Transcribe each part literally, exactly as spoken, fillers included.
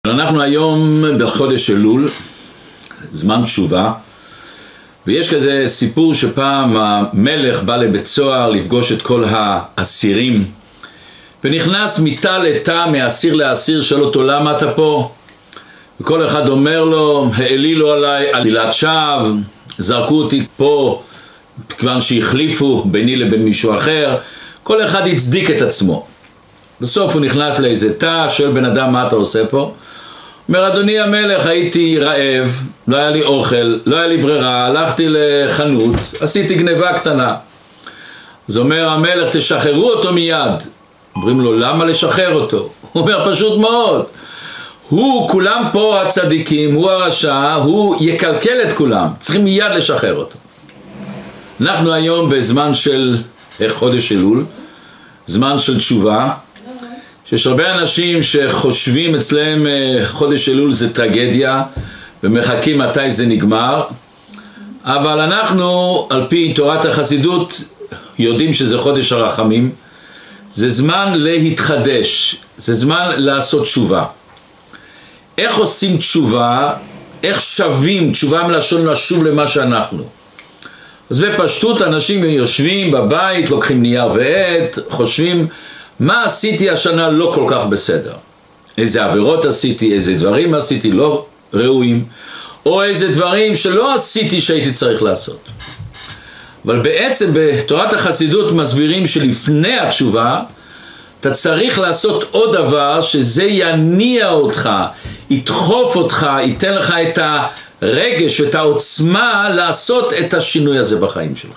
אנחנו היום בחודש אלול, זמן תשובה, ויש כזה סיפור שפעם המלך בא לבית סוהר לפגוש את כל האסירים, ונכנס מתא לתא, מאסיר לאסיר, שואל אותו למה אתה פה? וכל אחד אומר לו, העלילו עליי עלילת שווא, זרקו אותי פה כיוון שהחליפו ביני לבין מישהו אחר, כל אחד הצדיק את עצמו. בסוף הוא נכנס לאיזה תא, שואל בן אדם מה אתה עושה פה? אומר, אדוני המלך, הייתי רעב, לא היה לי אוכל, לא היה לי ברירה, הלכתי לחנות, עשיתי גניבה קטנה. אז אומר המלך, תשחררו אותו מיד. אומרים לו, למה לשחרר אותו? הוא אומר, פשוט מאוד. הוא, כולם פה הצדיקים, הוא הרשע, הוא יקלקל את כולם. צריכים מיד לשחרר אותו. אנחנו היום בזמן של חודש אלול, זמן של תשובה, שיש הרבה אנשים שחושבים אצלם חודש אלול זה טרגדיה, ומחכים מתי זה נגמר, אבל אנחנו על פי תורת החסידות יודעים שזה חודש הרחמים, זה זמן להתחדש, זה זמן לעשות תשובה. איך עושים תשובה? איך שווים? תשובה מלשון לשוב למה שאנחנו. אז בפשטות אנשים יושבים בבית, לוקחים נייר ועט, חושבים מה עשיתי השנה לא כל כך בסדר. איזה עבירות עשיתי, איזה דברים עשיתי לא ראויים, או איזה דברים שלא עשיתי שהייתי צריך לעשות. אבל בעצם בתורת החסידות מסבירים שלפני התשובה, אתה צריך לעשות עוד דבר שזה יניע אותך, ידחוף אותך, ייתן לך את הרגש ואת העוצמה לעשות את השינוי הזה בחיים שלך.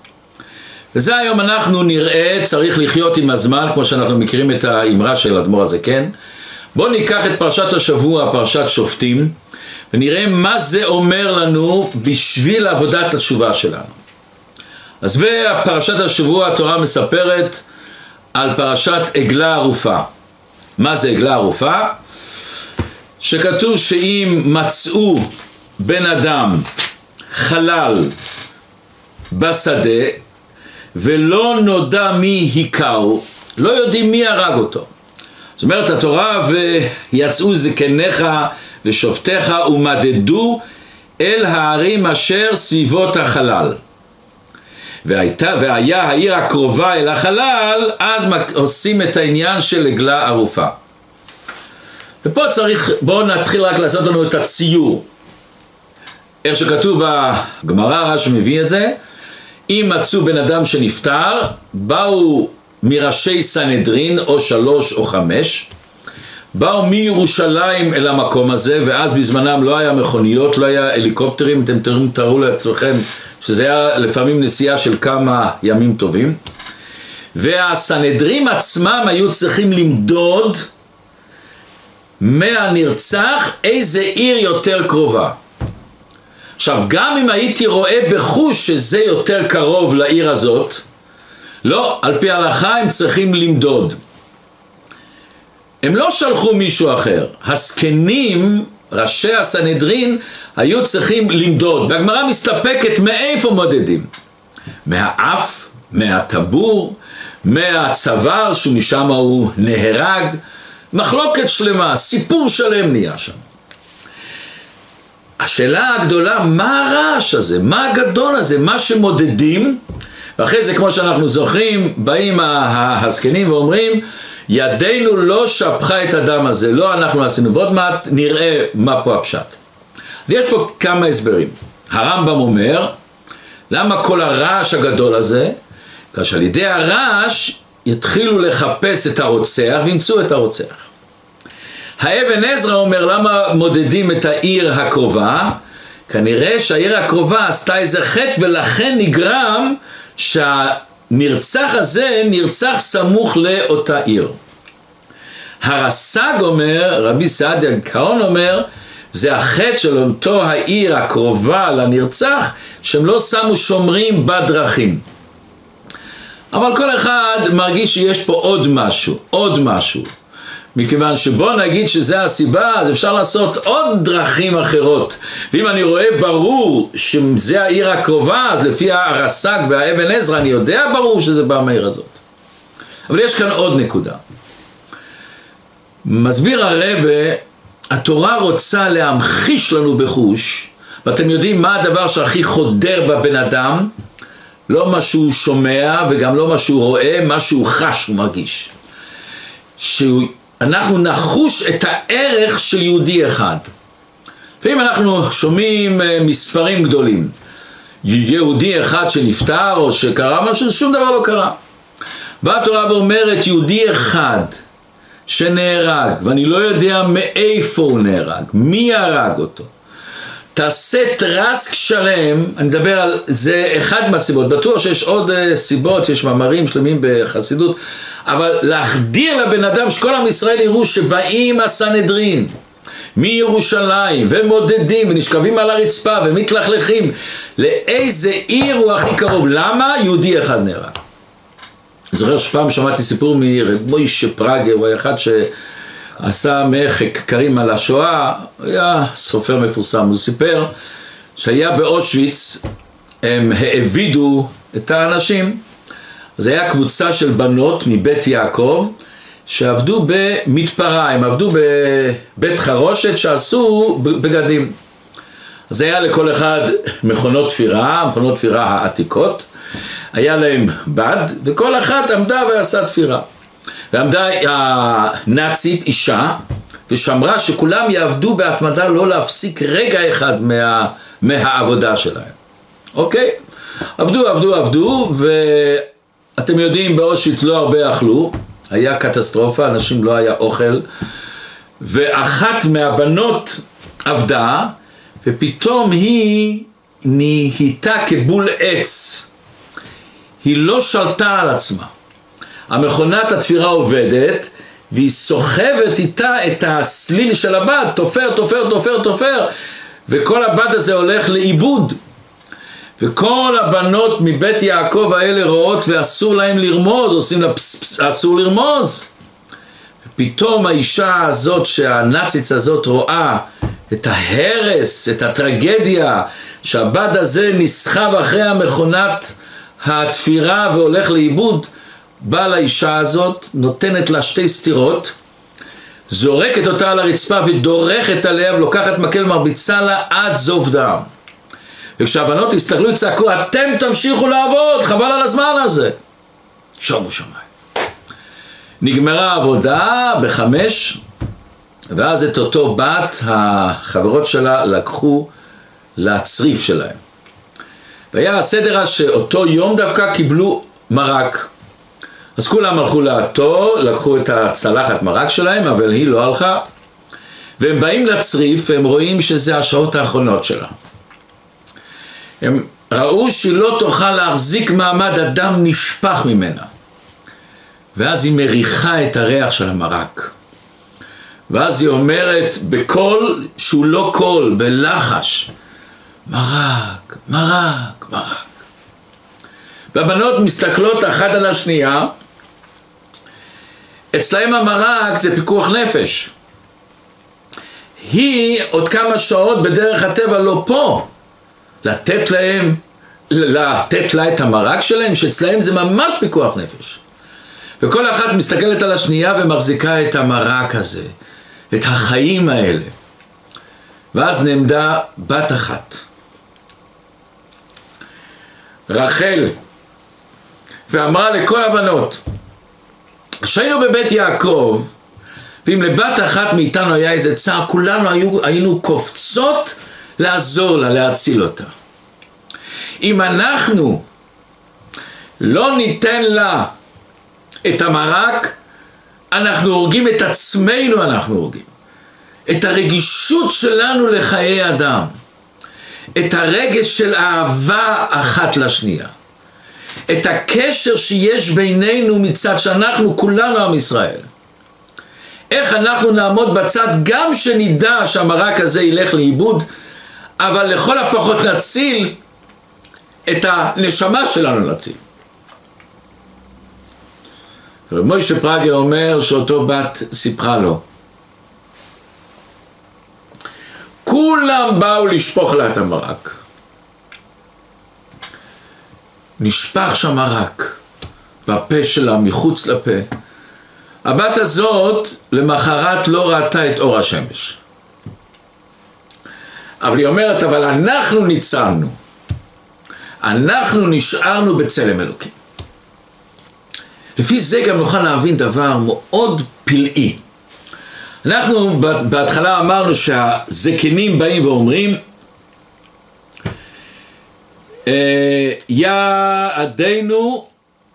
וזה היום אנחנו נראה, צריך לחיות עם הזמן, כמו שאנחנו מכירים את האמרה של אדמו"ר הזקן. בואו ניקח את פרשת השבוע, פרשת שופטים, ונראה מה זה אומר לנו בשביל עבודת התשובה שלנו. אז בפרשת השבוע התורה מספרת על פרשת עגלה ערופה. מה זה עגלה ערופה? שכתוב שאם מצאו בן אדם חלל בשדה, ולא נודע מי היכהו, לא יודעים מי הרג אותו. זאת אומרת התורה, ויצאו זקניך ושופטיך ומדדו אל הערים אשר סביבות החלל. והייתה, והיה העיר הקרובה אל החלל, אז עושים את העניין של עגלה ערופה. ופה צריך, בואו נתחיל רק לעשות לנו את הציור. איך שכתוב בגמרא, רש"י מביא את זה, אם מצאו בן אדם שנפטר, באו מראשי סנהדרין או שלוש או חמש, באו מירושלים אל המקום הזה, ואז בזמנם לא היה מכוניות, לא היה הליקופטרים, אתם תראו לעצמכם שזה היה לפעמים נסיעה של כמה ימים טובים, והסנהדרין עצמם היו צריכים למדוד מהנרצח איזה עיר יותר קרובה. עכשיו, גם אם הייתי רואה בחוש שזה יותר קרוב לעיר הזאת, לא, על פי ההלכה הם צריכים למדוד. הם לא שלחו מישהו אחר. הזקנים, ראשי הסנהדרין, היו צריכים למדוד. והגמרא מסתפקת מאיפה מודדים? מהאף, מהטבור, מהצוואר, שמשם הוא נהרג. מחלוקת שלמה, סיפור שלם נהיה שם. השאלה הגדולה, מה הרעש הזה? מה הגדול הזה? מה שמודדים, ואחרי זה כמו שאנחנו זוכרים, באים הזקנים ואומרים, ידינו לא שפכה את הדם הזה, לא אנחנו עשינו, ועוד מעט נראה מה פה הפשט. ויש פה כמה הסברים. הרמב"ם אומר, למה כל הרעש הגדול הזה? כאשר על ידי הרעש יתחילו לחפש את הרוצח וימצאו את הרוצח. האבן עזרא אומר, למה מודדים את העיר הקרובה? כנראה שהעיר הקרובה עשתה איזה חטא, ולכן נגרם שהנרצח הזה נרצח סמוך לאותה עיר. הרס"ג אומר, רבי סעדיה גאון אומר, זה החטא של אותו העיר הקרובה לנרצח, שהם לא שמו שומרים בדרכים. אבל כל אחד מרגיש שיש פה עוד משהו, עוד משהו. מכיוון שבוא נגיד שזה הסיבה, אז אפשר לעשות עוד דרכים אחרות. ואם אני רואה ברור שזה העיר הקרובה, אז לפי הרס"ג והאבן עזרא אני יודע ברור שזה בא מהעיר הזאת. אבל יש כאן עוד נקודה. מסביר הרבה התורה רוצה להמחיש לנו בחוש, ואתם יודעים מה הדבר שהכי חודר בבן אדם? לא מה שהוא שומע וגם לא מה שהוא רואה, מה שהוא חש ומרגיש. שאנחנו נחוש את הערך של יהודי אחד. ואם אנחנו שומעים מספרים גדולים, יהודי אחד שנפטר או שקרה משהו, שום דבר לא קרה. והתורה ואומרת יהודי אחד שנהרג, ואני לא יודע מאיפה הוא נהרג, מי הרג אותו. תעשה טרסק שלם, אני מדבר על זה אחד מהסיבות, בטוח שיש עוד סיבות, יש מאמרים שלמים בחסידות, אבל להחדיר לבן אדם שכל עם ישראל יראו שבאים הסנהדרין מירושלים ומודדים ונשכבים על הרצפה ומתלכלכים, לאיזה עיר הוא הכי קרוב, למה? יהודי אחד נהרג. אני זוכר שפעם שמעתי סיפור מרב מוישה פראגר, הוא היה אחד שעשה מחקרים על השואה, הוא היה סופר מפורסם, הוא סיפר שהיה באושוויץ, הם העבידו את האנשים, אז היה קבוצה של בנות מבית יעקב, שעבדו במתפרה, הם עבדו בבית חרושת שעשו בגדים. אז היה לכל אחד מכונות תפירה, מכונות תפירה העתיקות, היה להם בד, וכל אחת עמדה ועשה תפירה. ועמדה הנאצית אישה, ושמרה שכולם יעבדו בהתמדה לא להפסיק רגע אחד מה, מהעבודה שלהם. אוקיי? עבדו, עבדו, עבדו, ואתם יודעים, באושוויץ לא הרבה אכלו, היה קטסטרופה, אנשים לא היה אוכל, ואחת מהבנות עבדה, ופתאום היא נהייתה כבול עץ. היא לא שלטה על עצמה. המכונת התפירה עובדת, והיא סוחבת איתה את הסליל של הבד, תופר, תופר, תופר, תופר, וכל הבד הזה הולך לאיבוד. וכל הבנות מבית יעקב האלה רואות ואסור להם לרמוז, עושים לה פס פס, אסור לרמוז. ופתאום האישה הזאת, שהנאצית הזאת רואה את ההרס, את הטרגדיה, שהבד הזה נסחב אחרי המכונת התפירה והולך לאיבוד, באה לאישה הזאת, נותנת לה שתי סתירות, זורקת אותה על הרצפה ודורכת עליה ולוקחת מקל מרביצה לה עד זוב דם. וכשהבנות הסתכלו יצעקו, אתם תמשיכו לעבוד, חבל על הזמן הזה. שומו שמיים. נגמרה העבודה בחמש, ואז את אותו בת, החברות שלה לקחו לצריף שלהם. והיה הסדר שאותו יום דווקא קיבלו מרק. אז כולם הלכו לאתו, לקחו את הצלחת מרק שלהם, אבל היא לא הלכה. והם באים לצריף, והם רואים שזה השעות האחרונות שלה. הם ראו שהיא לא תוכל להחזיק מעמד, אדם נשפך ממנה. ואז היא מריחה את הריח של המרק. ואז היא אומרת בקול שהוא לא קול, בלחש, מרק, מרק, מרק. והבנות מסתכלות אחת על השנייה, אצלהם המרק זה פיקוח נפש. היא עוד כמה שעות בדרך הטבע לא פה. לתת להם, לתת לה את המרק שלהם, שאצלהם זה ממש פיקוח נפש. וכל אחת מסתכלת על השנייה ומחזיקה את המרק הזה, את החיים האלה. ואז נעמדה בת אחת, רחל, ואמרה לכל הבנות, כשהיינו בבית יעקב, ואם לבת אחת מאיתנו היה איזה צער, כולנו היו, היינו קופצות לעזור לה, להציל אותה. אם אנחנו לא ניתן לה את המרק, אנחנו הורגים את עצמנו, אנחנו הורגים. את הרגישות שלנו לחיי אדם. את הרגש של אהבה אחת לשנייה. את הקשר שיש בינינו מצד שאנחנו כולנו עם ישראל. איך אנחנו נעמוד בצד גם שנדע שהמרק הזה ילך לאיבוד, אבל לכל הפחות נציל את הנשמה שלנו נציל. רב מוישה פראגר אומר שאותו בת סיפרה לו, כולם באו לשפוך לה את המרק. נשפך שם מרק בפה שלה, מחוץ לפה. הבת הזאת למחרת לא ראתה את אור השמש. אבל היא אומרת, אבל אנחנו ניצלנו. אנחנו נשארנו בצלם אלוקים. לפי זה גם נוכל להבין דבר מאוד פלאי. אנחנו בהתחלה אמרנו שהזקנים באים ואומרים, יעדינו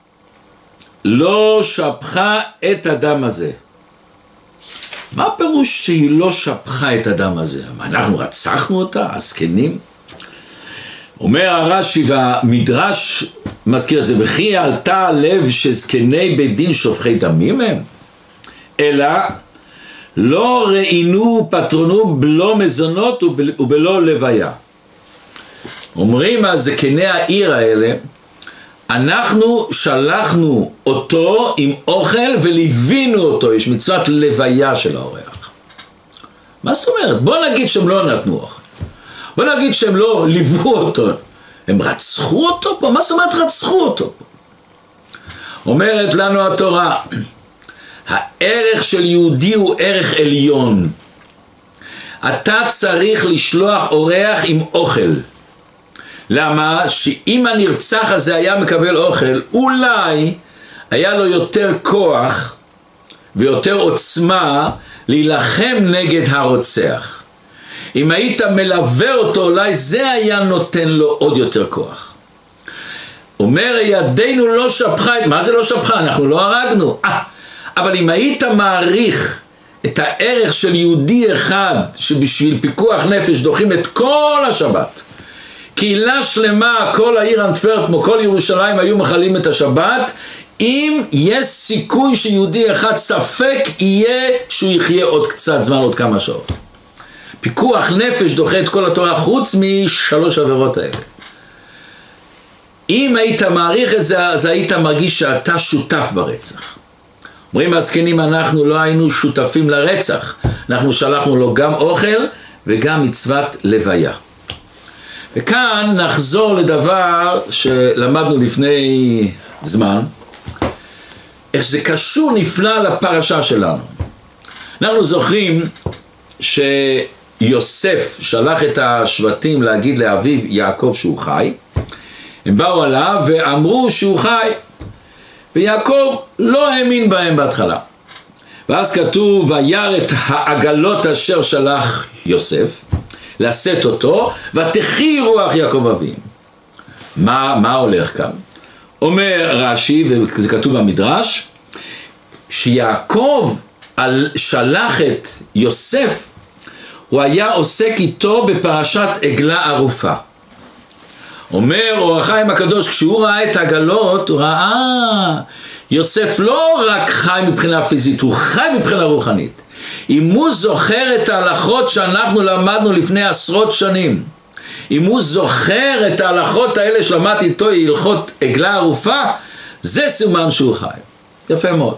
לא שפכה את הדם הזה. מה הפירוש שהיא לא שפכה את הדם הזה? אנחנו רצחנו אותה, הזקנים? אומר הרש"י והמדרש מזכיר את זה, וכי עלתה הלב שזקני בית דין שופכי דמים הם? אלא לא ראינו פטרונו בלא מזונות ובלא לוויה. אומרים הזקני העיר האלה, אנחנו שלחנו אותו עם אוכל וליווינו אותו, יש מצוות לוויה של האורח. מה זאת אומרת? בוא נגיד שהם לא נתנו אוכל. בוא נגיד שהם לא ליוו אותו. הם רצחו אותו פה? מה זאת אומרת רצחו אותו פה? אומרת לנו התורה, הערך של יהודי הוא ערך עליון. אתה צריך לשלוח אורח עם אוכל. למה? שאם הנרצח הזה היה מקבל אוכל, אולי היה לו יותר כוח ויותר עוצמה להילחם נגד הרוצח. אם היית מלווה אותו, אולי זה היה נותן לו עוד יותר כוח. אומר, ידינו לא שפכה, מה זה לא שפכה? אנחנו לא הרגנו. אה, אבל אם היית מעריך את הערך של יהודי אחד, שבשביל פיקוח נפש דוחים את כל השבת, קהילה שלמה, כל העיר אנטוורפ, כמו כל ירושלים, היו מחלים את השבת, אם יש סיכוי שיהודי אחד ספק יהיה שהוא יחיה עוד קצת זמן, עוד כמה שעות. פיקוח נפש דוחה את כל התורה חוץ משלוש עבירות האלה. אם היית מעריך את זה, אז היית מרגיש שאתה שותף ברצח. אומרים הזקנים, אנחנו לא היינו שותפים לרצח, אנחנו שלחנו לו גם אוכל וגם מצוות לוויה. וכאן נחזור לדבר שלמדנו לפני זמן, איך זה קשור נפלא לפרשה שלנו. אנחנו זוכרים שיוסף שלח את השבטים להגיד לאביו יעקב שהוא חי, הם באו עליו ואמרו שהוא חי, ויעקב לא האמין בהם בהתחלה. ואז כתוב, וירא את העגלות אשר שלח יוסף, לשאת אותו, ותחי רוח יעקב אביהם. מה, מה הולך כאן? אומר רש"י, וזה כתוב במדרש, שיעקב שלח את יוסף, הוא היה עוסק איתו בפרשת עגלה ערופה. אומר אור החיים הקדוש, כשהוא ראה את העגלות, הוא ראה, יוסף לא רק חי מבחינה פיזית, הוא חי מבחינה רוחנית. אם הוא זוכר את ההלכות שאנחנו למדנו לפני עשרות שנים, אם הוא זוכר את ההלכות האלה שלמדתי איתו, הלכות עגלה ערופה, זה סימן שהוא חי. יפה מאוד.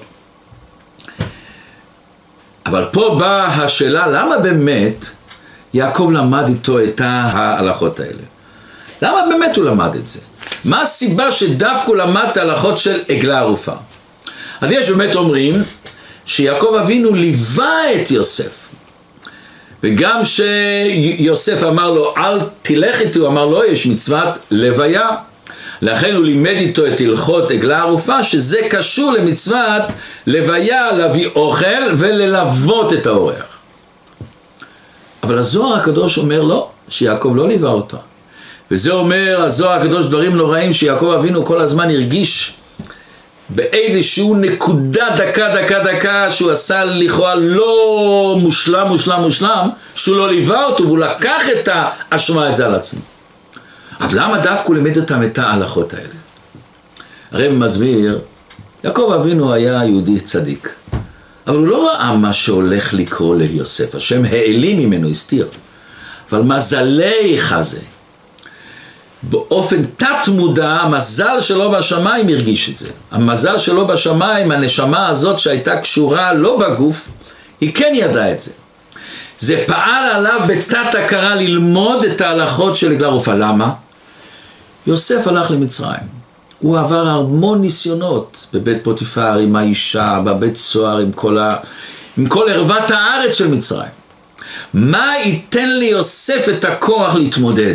אבל פה באה השאלה, למה באמת יעקב למד איתו את ההלכות האלה? למה באמת הוא למד את זה? מה הסיבה שדווקא הוא למד את ההלכות של עגלה ערופה? אז יש באמת אומרים שיעקב אבינו ליווה את יוסף, וגם שיוסף אמר לו אל תלך איתי, הוא אמר לו יש מצוות לוויה, לכן הוא לימד איתו את הלכות עגלה ערופה, שזה קשור למצוות לוויה, להביא אוכל וללוות את האורח. אבל הזוהר הקדוש אומר לא, שיעקב לא ליווה אותה. וזה אומר הזוהר הקדוש דברים נוראים שיעקב אבינו כל הזמן הרגיש באיזשהו נקודה דקה דקה דקה שהוא עשה לכאורה לא מושלם מושלם מושלם, שהוא לא ליווה אותו והוא לקח את האשמה את זה על עצמו. אז למה דווקא הוא לימד אותם את ההלכות האלה? הרב מסביר, יעקב אבינו היה יהודי צדיק, אבל הוא לא ראה מה שהולך לקרוא ליוסף, השם העלים ממנו, הסתיר. אבל מזלי חזה, באופן תת מודע, המזל שלו בשמיים הרגיש את זה. המזל שלו בשמיים, הנשמה הזאת שהייתה קשורה לא בגוף, היא כן ידעה את זה. זה פעל עליו בתת הכרה ללמוד את ההלכות של עגלה ערופה. למה? יוסף הלך למצרים. הוא עבר המון ניסיונות בבית פוטיפר, עם האישה, בבית סוהר, עם כל, ה... עם כל ערוות הארץ של מצרים. מה ייתן ליוסף את הכוח להתמודד?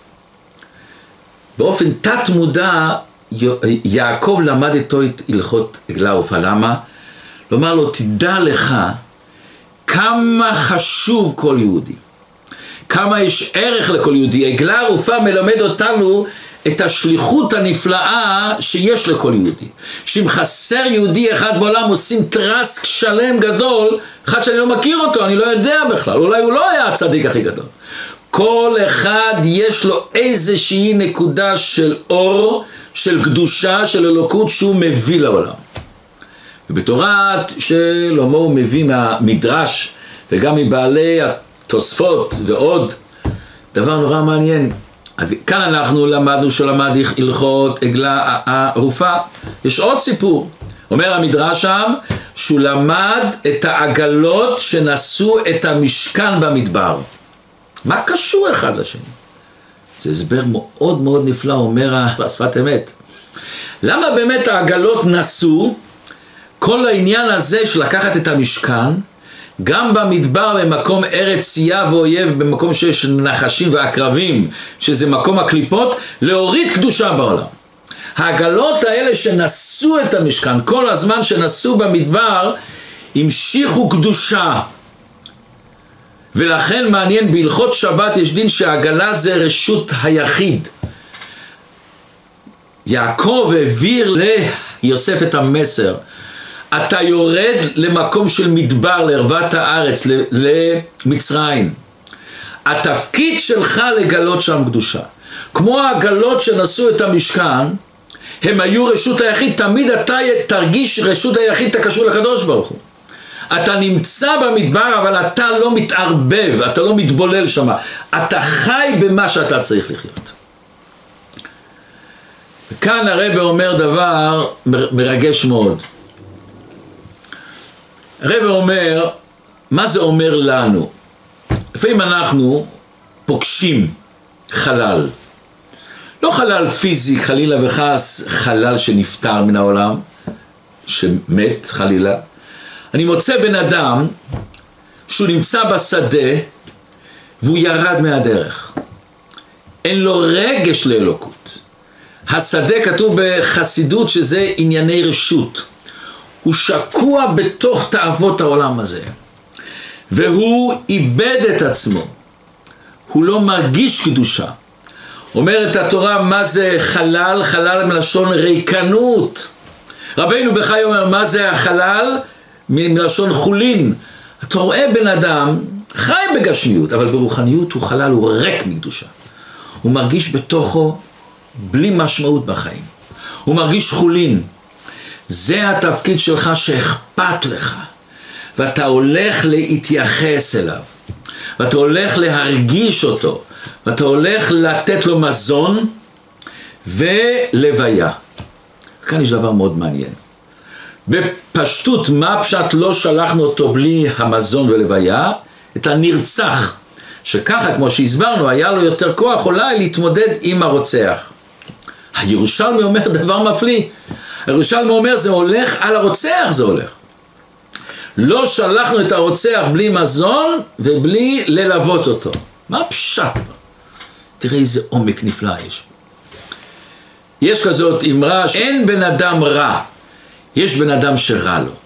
באופן תת מודע יעקב למד איתו את הלכות עגלה ערופה. למה? לומר לו, תדע לך כמה חשוב כל יהודי, כמה יש ערך לכל יהודי. עגלה ערופה מלמד אותנו את השליחות הנפלאה שיש לכל יהודי. שאם חסר יהודי אחד בעולם, עושים טרסק שלם גדול, אחד שאני לא מכיר אותו, אני לא יודע בכלל, אולי הוא לא היה הצדיק הכי גדול. כל אחד יש לו איזושהי נקודה של אור, של קדושה, של אלוקות שהוא מביא לעולם. ובתורת שלמה הוא מביא מהמדרש, וגם מבעלי התוספות ועוד, דבר נורא מעניין. אז כאן אנחנו למדנו שלמד הלכות עגלה ערופה. יש עוד סיפור. אומר המדרש שם, שהוא למד את העגלות שנשאו את המשכן במדבר. מה קשור אחד לשני? זה הסבר מאוד מאוד נפלא, אומר השפת אמת. למה באמת העגלות נשאו? כל העניין הזה של לקחת את המשכן, גם במדבר, במקום ארץ צייה ואויב, במקום שיש נחשים ועקרבים, שזה מקום הקליפות, להוריד קדושה בעולם. העגלות האלה שנשאו את המשכן, כל הזמן שנשאו במדבר, המשיכו קדושה. ולכן מעניין, בהלכות שבת יש דין שהעגלה זה רשות היחיד. יעקב העביר ליוסף את המסר, אתה יורד למקום של מדבר, לערוות הארץ, למצרים. התפקיד שלך לגלות שם קדושה. כמו העגלות שנשאו את המשכן, הם היו רשות היחיד, תמיד אתה תרגיש רשות היחיד, אתה קשור לקדוש ברוך הוא. אתה נמצא במדבר, אבל אתה לא מתערבב, אתה לא מתבולל שם. אתה חי במה שאתה צריך לחיות. וכאן הרב אומר דבר מרגש מאוד. הרב אומר, מה זה אומר לנו? לפעמים אנחנו פוגשים חלל. לא חלל פיזי, חלילה וחס, חלל שנפטר מן העולם, שמת חלילה. אני מוצא בן אדם שהוא נמצא בשדה והוא ירד מהדרך. אין לו רגש לאלוקות. השדה כתוב בחסידות שזה ענייני רשות. הוא שקוע בתוך תאוות העולם הזה. והוא איבד את עצמו. הוא לא מרגיש קדושה. אומרת התורה, מה זה חלל? חלל מלשון ריקנות. רבינו בחי אומר, מה זה החלל? מלשון חולין. אתה רואה בן אדם חי בגשמיות, אבל ברוחניות הוא חלל, הוא ריק מקדושה. הוא מרגיש בתוכו בלי משמעות בחיים. הוא מרגיש חולין. זה התפקיד שלך שאכפת לך. ואתה הולך להתייחס אליו. ואתה הולך להרגיש אותו. ואתה הולך לתת לו מזון ולוויה. כאן יש דבר מאוד מעניין. בפשטות, מה פשט לא שלחנו אותו בלי המזון ולוויה? את הנרצח. שככה, כמו שהסברנו, היה לו יותר כוח אולי להתמודד עם הרוצח. הירושלמי אומר דבר מפליא. הירושלמי אומר, זה הולך על הרוצח, זה הולך. לא שלחנו את הרוצח בלי מזון ובלי ללוות אותו. מה פשט? תראה איזה עומק נפלא יש. יש כזאת אמרה שאין בן אדם רע, יש בן אדם שרע לו.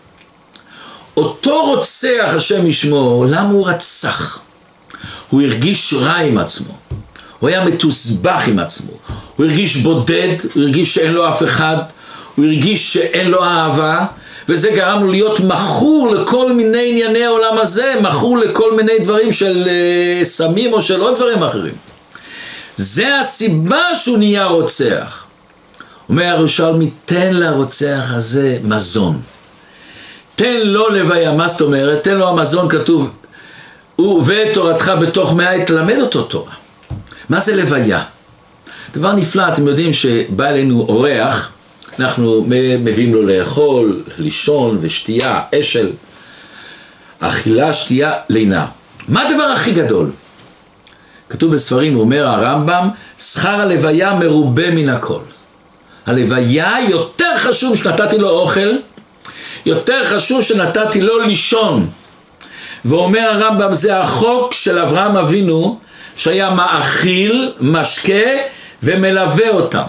אותו רוצח, השם ישמור, למה הוא רצח? הוא הרגיש רע עם עצמו. הוא היה מתוסבך עם עצמו. הוא הרגיש בודד, הוא הרגיש שאין לו אף אחד, הוא הרגיש שאין לו אהבה, וזה גרם לו להיות מכור לכל מיני ענייני העולם הזה, מכור לכל מיני דברים של uh, סמים או של עוד דברים אחרים. זה הסיבה שהוא נהיה רוצח. אומר הירושלמי, תן לרוצח הזה מזון. תן לו לוויה, מה זאת אומרת? תן לו המזון, כתוב, ותורתך בתוך מאה תלמד אותו תורה. מה זה לוויה? דבר נפלא, אתם יודעים שבא אלינו אורח, אנחנו מביאים לו לאכול, לישון ושתייה, אשל, אכילה, שתייה, לינה. מה הדבר הכי גדול? כתוב בספרים, הוא אומר הרמב"ם, שכר הלוויה מרובה מן הכל. הלוויה יותר חשוב שנתתי לו אוכל, יותר חשוב שנתתי לו לישון. ואומר הרמב"ם, זה החוק של אברהם אבינו, שהיה מאכיל, משקה ומלווה אותם.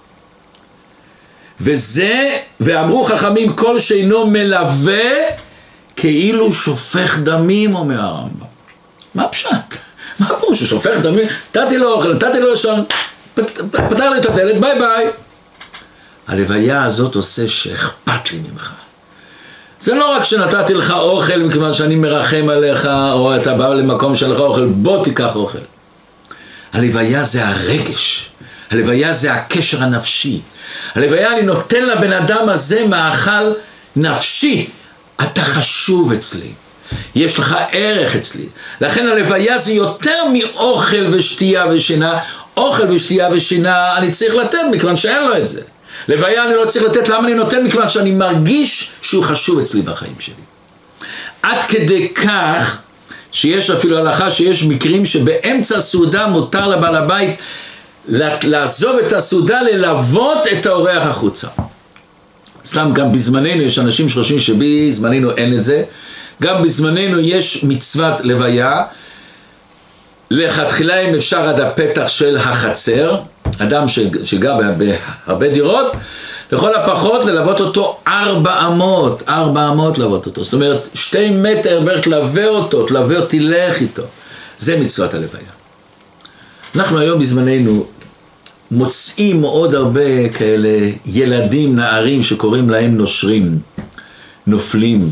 וזה, ואמרו חכמים, כל שאינו מלווה כאילו שופך דמים, אומר הרמב"ם. מה פשט? מה פירוש? הוא שופך דמים? נתתי לו אוכל, נתתי לו לשון, פתר לי את הדלת, ביי ביי. הלוויה הזאת עושה שאכפת לי ממך. זה לא רק שנתתי לך אוכל מכיוון שאני מרחם עליך, או אתה בא למקום שלך אוכל, בוא תיקח אוכל. הלוויה זה הרגש, הלוויה זה הקשר הנפשי. הלוויה, אני נותן לבן אדם הזה מאכל נפשי. אתה חשוב אצלי, יש לך ערך אצלי. לכן הלוויה זה יותר מאוכל ושתייה ושינה. אוכל ושתייה ושינה אני צריך לתת מכיוון שאין לו את זה. לוויה אני לא צריך לתת, למה אני נותן? מכיוון שאני מרגיש שהוא חשוב אצלי בחיים שלי. עד כדי כך שיש אפילו הלכה שיש מקרים שבאמצע הסעודה מותר לבעל הבית לעזוב את הסעודה, ללוות את האורח החוצה. סתם גם בזמננו יש אנשים שחושבים שבזמננו אין את זה. גם בזמננו יש מצוות לוויה. לכתחילה אם אפשר עד הפתח של החצר, אדם שגר בהרבה דירות, לכל הפחות ללוות אותו ארבע אמות, ארבע אמות ללוות אותו. זאת אומרת, שתי מטר בערך תלווה אותו, תלווה אותי, תלך איתו. זה מצוות הלוויה. אנחנו היום בזמננו מוצאים עוד הרבה כאלה ילדים, נערים שקוראים להם נושרים, נופלים.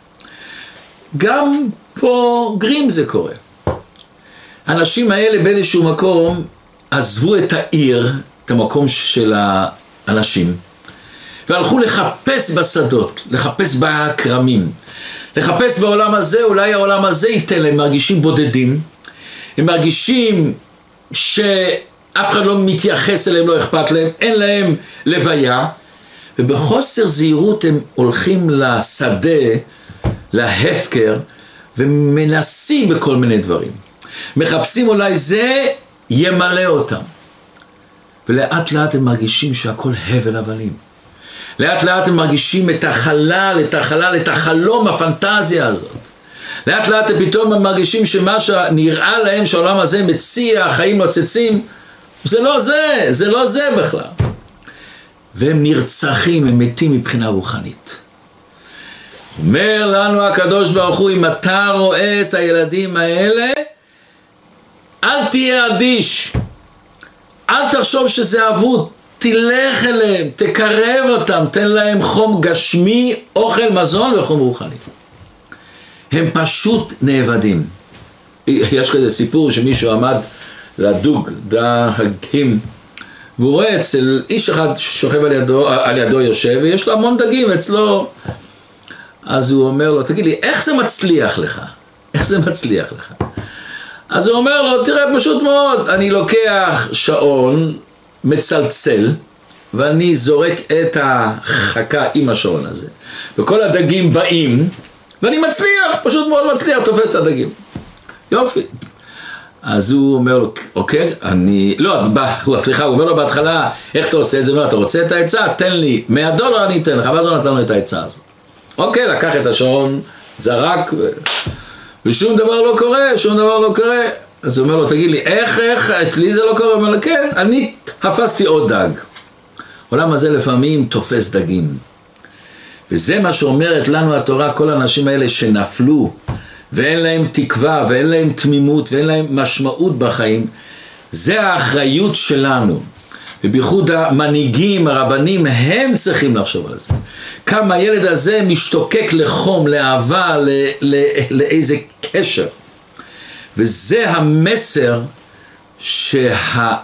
גם פה גרים זה קורה. האנשים האלה באיזשהו מקום עזבו את העיר, את המקום של האנשים, והלכו לחפש בשדות, לחפש בכרמים, לחפש בעולם הזה, אולי העולם הזה ייתן להם, מרגישים בודדים, הם מרגישים שאף אחד לא מתייחס אליהם, לא אכפת להם, אין להם לוויה, ובחוסר זהירות הם הולכים לשדה, להפקר, ומנסים בכל מיני דברים. מחפשים אולי זה ימלא אותם. ולאט לאט הם מרגישים שהכל הבל הבלים. לאט לאט הם מרגישים את החלל, את החלל, את החלום, הפנטזיה הזאת. לאט לאט הם פתאום מרגישים שמה שנראה להם שהעולם הזה מציע, החיים נוצצים, זה לא זה, זה לא זה בכלל. והם נרצחים, הם מתים מבחינה רוחנית. אומר לנו הקדוש ברוך הוא, אם אתה רואה את הילדים האלה, אל תהיה אדיש, אל תחשוב שזה אבוד, תלך אליהם, תקרב אותם, תן להם חום גשמי, אוכל, מזון וחום רוחני. הם פשוט נאבדים. יש כזה סיפור שמישהו עמד לדוג, דגים, והוא רואה אצל איש אחד שוכב על ידו, על ידו יושב, ויש לו המון דגים אצלו. אז הוא אומר לו, תגיד לי, איך זה מצליח לך? איך זה מצליח לך? אז הוא אומר לו, תראה, פשוט מאוד, אני לוקח שעון, מצלצל, ואני זורק את החכה עם השעון הזה. וכל הדגים באים, ואני מצליח, פשוט מאוד מצליח, תופס את הדגים. יופי. אז הוא אומר לו, אוקיי, אני, לא, הוא, סליחה, הוא אומר לו בהתחלה, איך אתה עושה את זה? אתה רוצה את העצה? תן לי מאה דולר, אני אתן לך, ואז הוא נתן לו את העצה הזאת. אוקיי, לקח את השעון, זרק, ו... ושום דבר לא קורה, שום דבר לא קורה. אז הוא אומר לו, תגיד לי, איך, איך, אצלי זה לא קורה? הוא אומר לו, כן, אני תפסתי עוד דג. עולם הזה לפעמים תופס דגים. וזה מה שאומרת לנו התורה, כל האנשים האלה שנפלו, ואין להם תקווה, ואין להם תמימות, ואין להם משמעות בחיים, זה האחריות שלנו. ובייחוד המנהיגים, הרבנים, הם צריכים לחשוב על זה. כמה הילד הזה משתוקק לחום, לאהבה, לא, לא, לאיזה קשר. וזה המסר שהעניין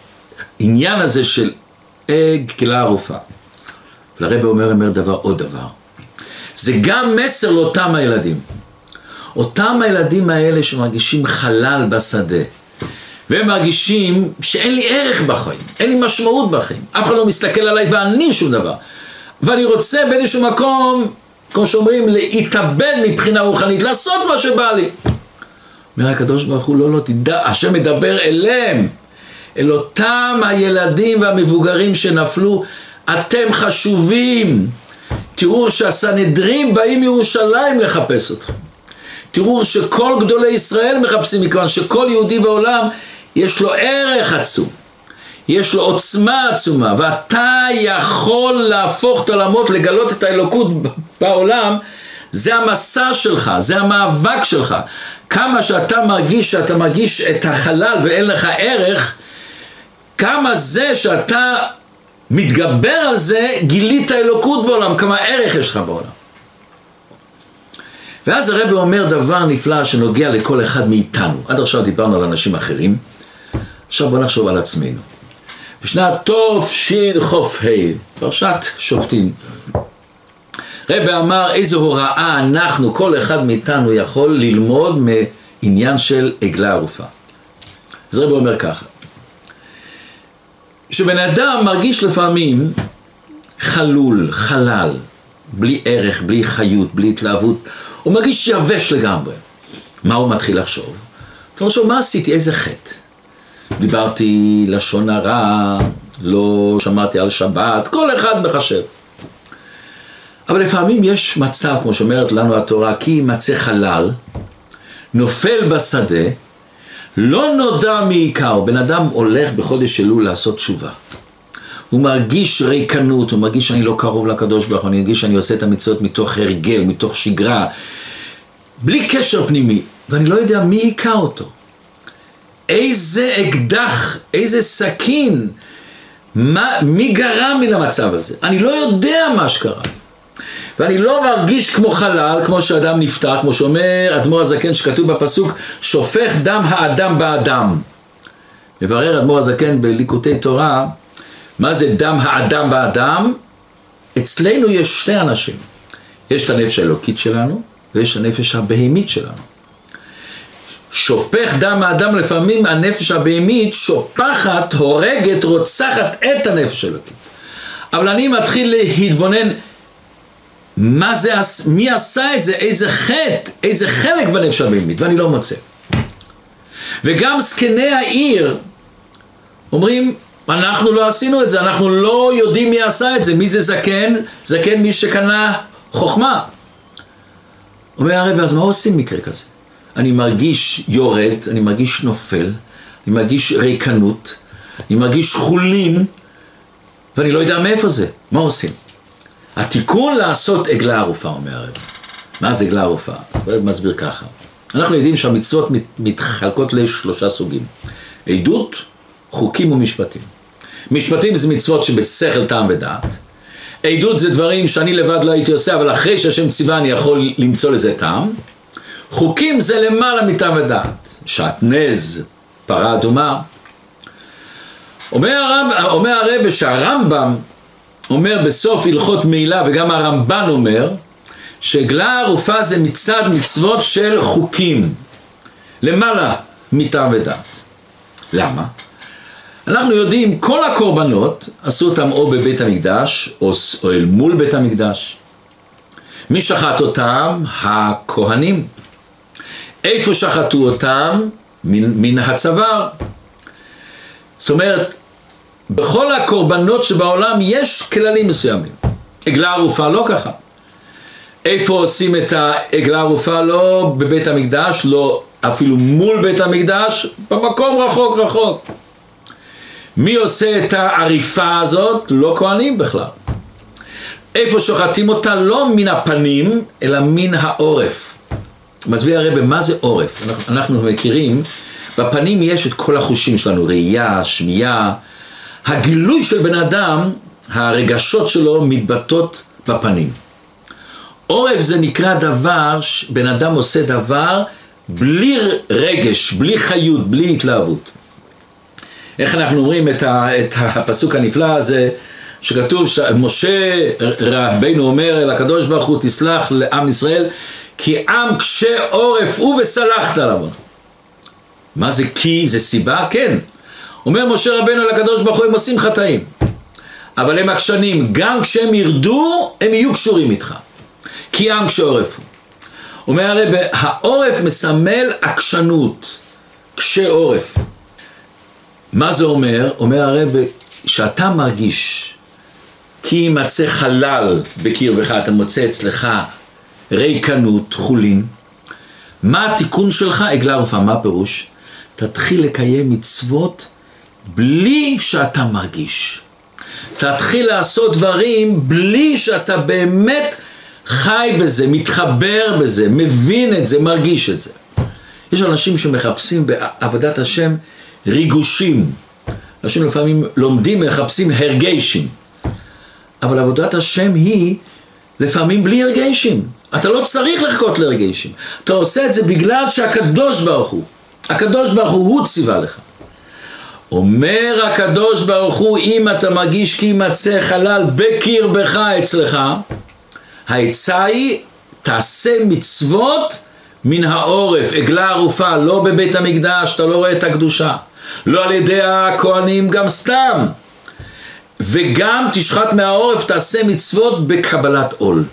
הזה של עגלה ערופה. ולרבי אומר, אומר דבר עוד דבר. זה גם מסר לאותם הילדים. אותם הילדים האלה שמרגישים חלל בשדה. והם מרגישים שאין לי ערך בחיים, אין לי משמעות בחיים. אף אחד לא מסתכל עליי ואני שום דבר. ואני רוצה באיזשהו מקום, כמו שאומרים, להתאבד מבחינה רוחנית, לעשות מה שבא לי. אומר הקדוש ברוך הוא, לא, לא, תדע, השם מדבר אליהם, אל אותם הילדים והמבוגרים שנפלו, אתם חשובים. תראו שהסנהדרין באים מירושלים לחפש אתכם. תראו שכל גדולי ישראל מחפשים, מכיוון שכל יהודי בעולם יש לו ערך עצום, יש לו עוצמה עצומה, ואתה יכול להפוך את העולמות, לגלות את האלוקות בעולם. זה המסע שלך, זה המאבק שלך. כמה שאתה מרגיש שאתה מרגיש את החלל ואין לך ערך, כמה זה שאתה מתגבר על זה, גילית האלוקות בעולם, כמה ערך יש לך בעולם. ואז הרב אומר דבר נפלא שנוגע לכל אחד מאיתנו. עד עכשיו דיברנו על אנשים אחרים, עכשיו בוא נחשוב על עצמנו. בשנת תוף שין חוף ה', פרשת שופטים, רב אמר איזו הוראה אנחנו, כל אחד מאיתנו יכול ללמוד מעניין של עגלה ערופה. אז רב אומר ככה, שבן אדם מרגיש לפעמים חלול, חלל, בלי ערך, בלי חיות, בלי התלהבות, הוא מרגיש יבש לגמרי. מה הוא מתחיל לחשוב? הוא לחשוב, מה עשיתי? איזה חטא? דיברתי לשון הרע, לא שמעתי על שבת, כל אחד מחשב. אבל לפעמים יש מצב, כמו שאומרת לנו התורה, כי יימצא חלל, נופל בשדה, לא נודע מעיקר. בן אדם הולך בחודש אלול לעשות תשובה. הוא מרגיש ריקנות, הוא מרגיש שאני לא קרוב לקדוש ברוך הוא, אני מרגיש שאני עושה את המצוות מתוך הרגל, מתוך שגרה, בלי קשר פנימי, ואני לא יודע מי עיקר אותו. איזה אקדח, איזה סכין, מה, מי גרם מן המצב הזה? אני לא יודע מה שקרה. ואני לא מרגיש כמו חלל, כמו שאדם נפטר, כמו שאומר אדמו"ר הזקן שכתוב בפסוק, שופך דם האדם באדם. מברר אדמו"ר הזקן בליקוטי תורה, מה זה דם האדם באדם? אצלנו יש שתי אנשים. יש את הנפש האלוקית שלנו, ויש את הנפש הבהמית שלנו. שופך דם האדם, לפעמים הנפש הבהמית שופחת, הורגת, רוצחת את הנפש האלוקית. אבל אני מתחיל להתבונן, מה זה, מי עשה את זה, איזה חטא, איזה חלק בנפש הבהמית, ואני לא מוצא. וגם זקני העיר אומרים, אנחנו לא עשינו את זה, אנחנו לא יודעים מי עשה את זה. מי זה זקן? זקן מי שקנה חוכמה. אומר הרב, אז מה עושים מקרה כזה? אני מרגיש יורד, אני מרגיש נופל, אני מרגיש ריקנות, אני מרגיש חולין, ואני לא יודע מאיפה זה. מה עושים? התיקון לעשות עגלה ערופה, אומר הרב. מה זה עגלה ערופה? הרב מסביר ככה. אנחנו יודעים שהמצוות מתחלקות לשלושה סוגים. עדות, חוקים ומשפטים. משפטים זה מצוות שבשכל, טעם ודעת. עדות זה דברים שאני לבד לא הייתי עושה, אבל אחרי שהשם ציווה אני יכול למצוא לזה טעם. חוקים זה למעלה מטעם ודעת. שעטנז, פרה אדומה. אומר הרב, אומר הרב שהרמב"ם אומר בסוף הלכות מעילה, וגם הרמב"ן אומר, שעגלה ערופה זה מצד מצוות של חוקים. למעלה מטעם ודעת. למה? אנחנו יודעים, כל הקורבנות עשו אותם או בבית המקדש, או, או אל מול בית המקדש. מי שחט אותם? הכהנים. איפה שחטו אותם? מן, מן הצוואר. זאת אומרת, בכל הקורבנות שבעולם יש כללים מסוימים. עגלה ערופה לא ככה. איפה עושים את העגלה ערופה? לא בבית המקדש, לא אפילו מול בית המקדש, במקום רחוק רחוק. מי עושה את העריפה הזאת? לא כהנים בכלל. איפה שוחטים אותה? לא מן הפנים, אלא מן העורף. מסביר הרב, מה זה עורף? אנחנו, אנחנו מכירים, בפנים יש את כל החושים שלנו, ראייה, שמיעה. הגילוי של בן אדם, הרגשות שלו מתבטאות בפנים. עורף זה נקרא דבר, בן אדם עושה דבר בלי רגש, בלי חיות, בלי התלהבות. איך אנחנו אומרים את, ה, את הפסוק הנפלא הזה, שכתוב שמשה רבינו אומר אל הקדוש ברוך הוא, תסלח לעם ישראל, כי עם קשה עורף הוא וסלחת עליו. מה זה כי? זה סיבה? כן. אומר משה רבינו אל הקדוש ברוך הוא, הם עושים חטאים, אבל הם עקשנים, גם כשהם ירדו, הם יהיו קשורים איתך. כי עם קשה עורף הוא. אומר הרב, העורף מסמל עקשנות, קשה עורף. מה זה אומר? אומר הרב, שאתה מרגיש כי יימצא חלל בקרבך, אתה מוצא אצלך ריקנות, חולין, מה התיקון שלך? עגלה ערופה. מה הפירוש? תתחיל לקיים מצוות בלי שאתה מרגיש. תתחיל לעשות דברים בלי שאתה באמת חי בזה, מתחבר בזה, מבין את זה, מרגיש את זה. יש אנשים שמחפשים בעבודת השם ריגושים. אנשים לפעמים לומדים, מחפשים הרגשים. אבל עבודת השם היא לפעמים בלי הרגשים. אתה לא צריך לחכות לרגשים. אתה עושה את זה בגלל שהקדוש ברוך הוא, הקדוש ברוך הוא, הוא ציווה לך. אומר הקדוש ברוך הוא, אם אתה מרגיש כי יימצא חלל בקרבך אצלך, העצה היא, תעשה מצוות מן העורף, עגלה ערופה, לא בבית המקדש, אתה לא רואה את הקדושה. לא על ידי הכהנים, גם סתם. וגם תשחט מהעורף, תעשה מצוות בקבלת עול.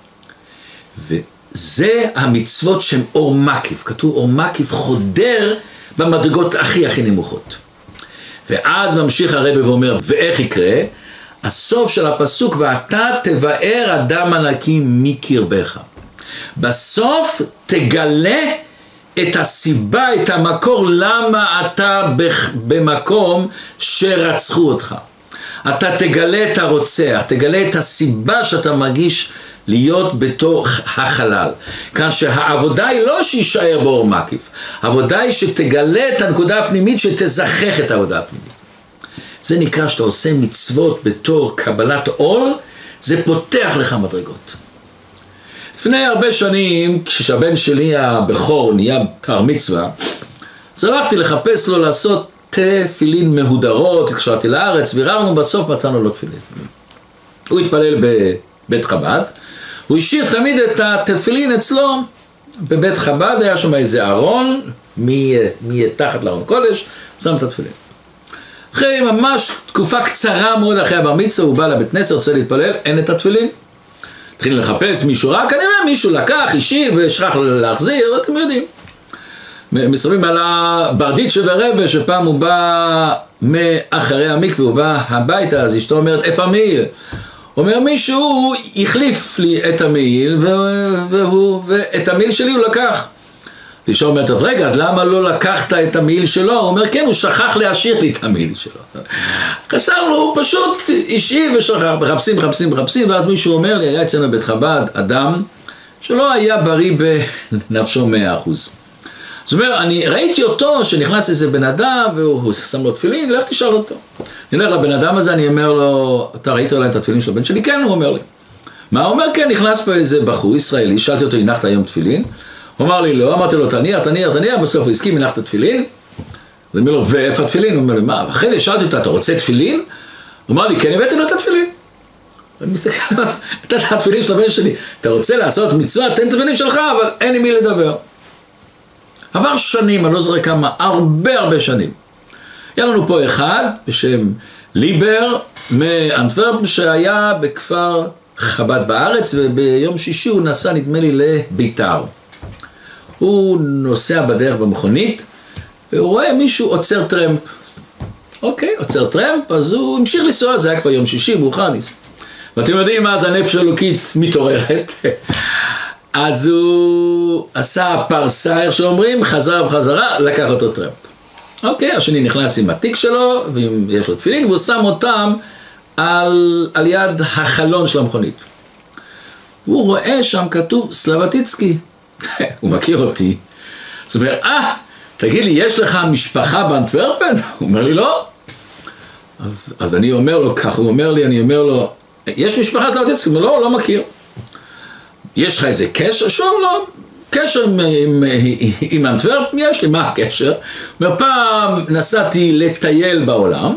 וזה המצוות שהן אור מקיף. כתוב אור מקיף חודר במדרגות הכי הכי נמוכות. ואז ממשיך הרב ואומר, ואיך יקרה? הסוף של הפסוק, ואתה תבאר אדם הנקי מקרבך. בסוף תגלה את הסיבה, את המקור, למה אתה במקום שרצחו אותך. אתה תגלה את הרוצח, תגלה את הסיבה שאתה מרגיש להיות בתוך החלל. כאן שהעבודה היא לא שישאר באור מקיף, העבודה היא שתגלה את הנקודה הפנימית, שתזכח את העבודה הפנימית. זה נקרא שאתה עושה מצוות בתור קבלת עול, זה פותח לך מדרגות. לפני הרבה שנים, כשהבן שלי הבכור נהיה בר מצווה, אז הלכתי לחפש לו לעשות תפילין מהודרות, כשהייתי לארץ, ויררנו, בסוף מצאנו לו תפילין. הוא התפלל בבית חב"ד, הוא השאיר תמיד את התפילין אצלו בבית חב"ד, היה שם איזה ארון, מתחת לארון קודש, שם את התפילין. אחרי ממש תקופה קצרה מאוד אחרי הבר מצווה, הוא בא לבית כנסת, רוצה להתפלל, אין את התפילין. התחיל לחפש מישהו, רק כנראה מישהו לקח, השאיר ושכח להחזיר, אתם יודעים. מסתובבים על הברדית שברבא, שפעם הוא בא מאחרי המקווה, הוא בא הביתה, אז אשתו אומרת, איפה המעיל? אומר מישהו, החליף לי את המעיל, והוא, ואת המעיל שלי הוא לקח. אשתו אומרת, רגע, אז למה לא לקחת את המעיל שלו? הוא אומר, כן, הוא שכח להשאיר לי את המעיל שלו. חשבנו, הוא פשוט השאיר ושכח, מחפשים, מחפשים, מחפשים, ואז מישהו אומר לי, היה אצלנו בית חב"ד, אדם שלא היה בריא בנפשו מאה אחוז. זאת אומרת, אני ראיתי אותו שנכנס איזה בן אדם והוא שם לו תפילין, לך תשאל אותו. אני הולך לבן אדם הזה, אני אומר לו, אתה ראית אולי את התפילין של הבן שלי? כן, הוא אומר לי. מה? הוא אומר, כן, נכנס פה איזה בחור ישראלי, שאלתי אותו, הנחת היום תפילין? הוא אמר לי, לא, אמרתי לו, תניח, תניח, תניח, בסוף הוא הסכים, הנחת תפילין? אז אני אומר לו, ואיפה התפילין? הוא אומר לי, מה? אחרי זה שאלתי אותה, אתה רוצה תפילין? הוא אמר לי, כן, הבאתי לו את התפילין. אני מסתכל, אתה את התפילין של הבן שלי, אתה רוצה לעשות מצווה, תן תפילין שלך, אבל אין עם מי לדבר. עבר שנים, אני לא זוכר כמה, הרבה הרבה שנים. היה לנו פה אחד בשם ליבר מאנטוורפן, שהיה בכפר חב"ד בארץ, וביום שישי הוא נסע, נדמה לי, לביתר. הוא נוסע בדרך במכונית, והוא רואה מישהו עוצר טרמפ. אוקיי, עוצר טרמפ, אז הוא המשיך לנסוע, זה היה כבר יום שישי, מאוחר ניסה. ואתם יודעים מה, אז הנפש אלוקית מתעוררת. אז הוא עשה פרסה, איך שאומרים, חזר בחזרה, לקח אותו טרמפ. אוקיי, השני נכנס עם התיק שלו, ויש לו תפילין, והוא שם אותם על, על יד החלון של המכונית. והוא רואה שם כתוב סלבטיצקי. הוא מכיר אותי. זאת אומרת, אה, תגיד לי, יש לך משפחה באנטוורפן? הוא אומר לי, לא. אז, אז אני אומר לו, כך הוא אומר לי, אני אומר לו, יש משפחה סלבטיצקי? הוא אומר, לא, לא מכיר. יש לך איזה קשר? שוב, לא. קשר עם, עם, עם אנטוורפן, יש לי, מה הקשר? אומר, פעם נסעתי לטייל בעולם,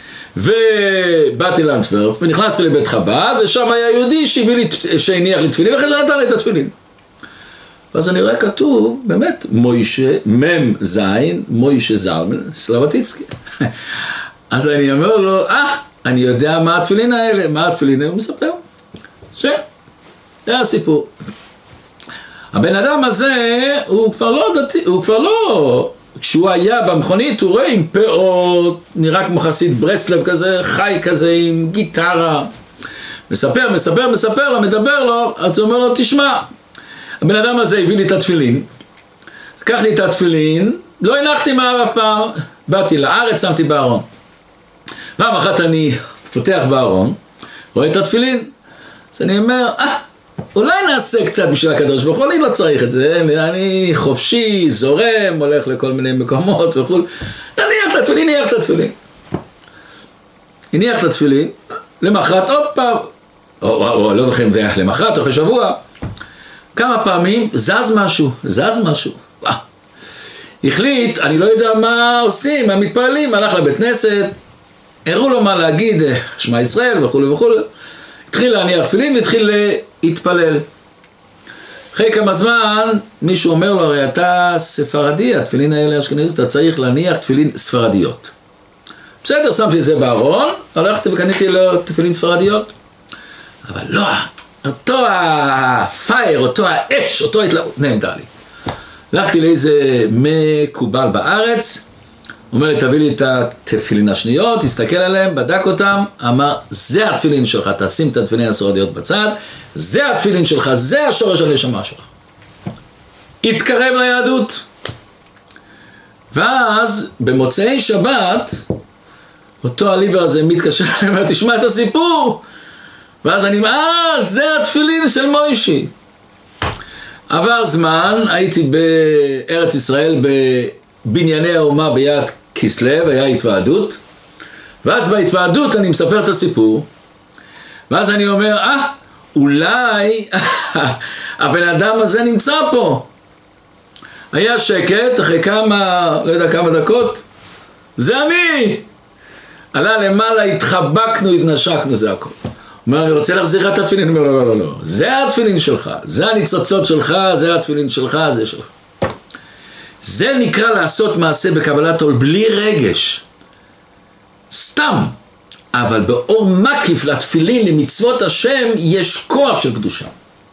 ובאתי לאנטוורפן, ונכנסתי לבית חב"ד, ושם היה יהודי שהביא לי, שהניח לי תפילין, ואחרי זה נתן לי את התפילין. ואז אני רואה כתוב, באמת, מוישה, מם זין, מוישה זלמן, סלבטיצקי. אז אני אומר לו, אה, אני יודע מה התפילין האלה, מה התפילין האלה, הוא מספר. ש... זה הסיפור. הבן אדם הזה, הוא כבר לא דתי, הוא כבר לא... כשהוא היה במכונית, הוא רואה עם פאות, נראה כמו חסיד ברסלב כזה, חי כזה, עם גיטרה. מספר, מספר, מספר לו, מדבר לו, אז הוא אומר לו, תשמע, הבן אדם הזה הביא לי את התפילין, לקחתי את התפילין, לא הנחתי מהר אף פעם, באתי לארץ, שמתי בארון. פעם אחת אני פותח בארון, רואה את התפילין, אז אני אומר, אה, אולי נעשה קצת בשביל הקדוש ברוך הוא, אני לא צריך את זה, אני חופשי, זורם, הולך לכל מיני מקומות וכו'. נניח את התפילין, נניח את התפילין. הניח את התפילין, למחרת עוד פעם, או, או, או לא זוכר אם זה היה למחרת או אחרי שבוע, כמה פעמים זז משהו, זז משהו. וואו. החליט, אני לא יודע מה עושים, מה מתפעלים, הלך לבית כנסת, הראו לו מה להגיד, שמע ישראל וכו' וכו'. התחיל להניח תפילין והתחיל להתפלל. אחרי כמה זמן מישהו אומר לו, הרי אתה ספרדי, התפילין האלה אשכנזית, אתה צריך להניח תפילין ספרדיות. בסדר, שמתי את זה בארון, הלכתי וקניתי לו תפילין ספרדיות. אבל לא, אותו הפייר, אותו האש, אותו התלאות, נעמדה לי. הלכתי לאיזה מקובל בארץ, אומר לי, תביא לי את התפילין השניות, תסתכל עליהם, בדק אותם, אמר, זה התפילין שלך, תשים את התפילין הספרדיות בצד, זה התפילין שלך, זה השורש הנשמה שלך. התקרב ליהדות. ואז, במוצאי שבת, אותו הליבר הזה מתקשר, אומר, תשמע את הסיפור. ואז אני אומר, אה, זה התפילין של מוישי. עבר זמן, הייתי בארץ ישראל, בבנייני האומה ביד כסלו, היה התוועדות. ואז בהתוועדות אני מספר את הסיפור. ואז אני אומר, אה, אולי הבן אדם הזה נמצא פה. היה שקט, אחרי כמה, לא יודע כמה דקות, זה אני. עלה למעלה, התחבקנו, התנשקנו, זה הכל. הוא אומר, אני רוצה להחזיר את התפילין. הוא אומר, לא, לא, לא, זה התפילין שלך, זה הניצוצות שלך, זה התפילין שלך, זה שלך. זה נקרא לעשות מעשה בקבלת עול בלי רגש. סתם. אבל באור מקיף לתפילין, למצוות השם, יש כוח של קדושה.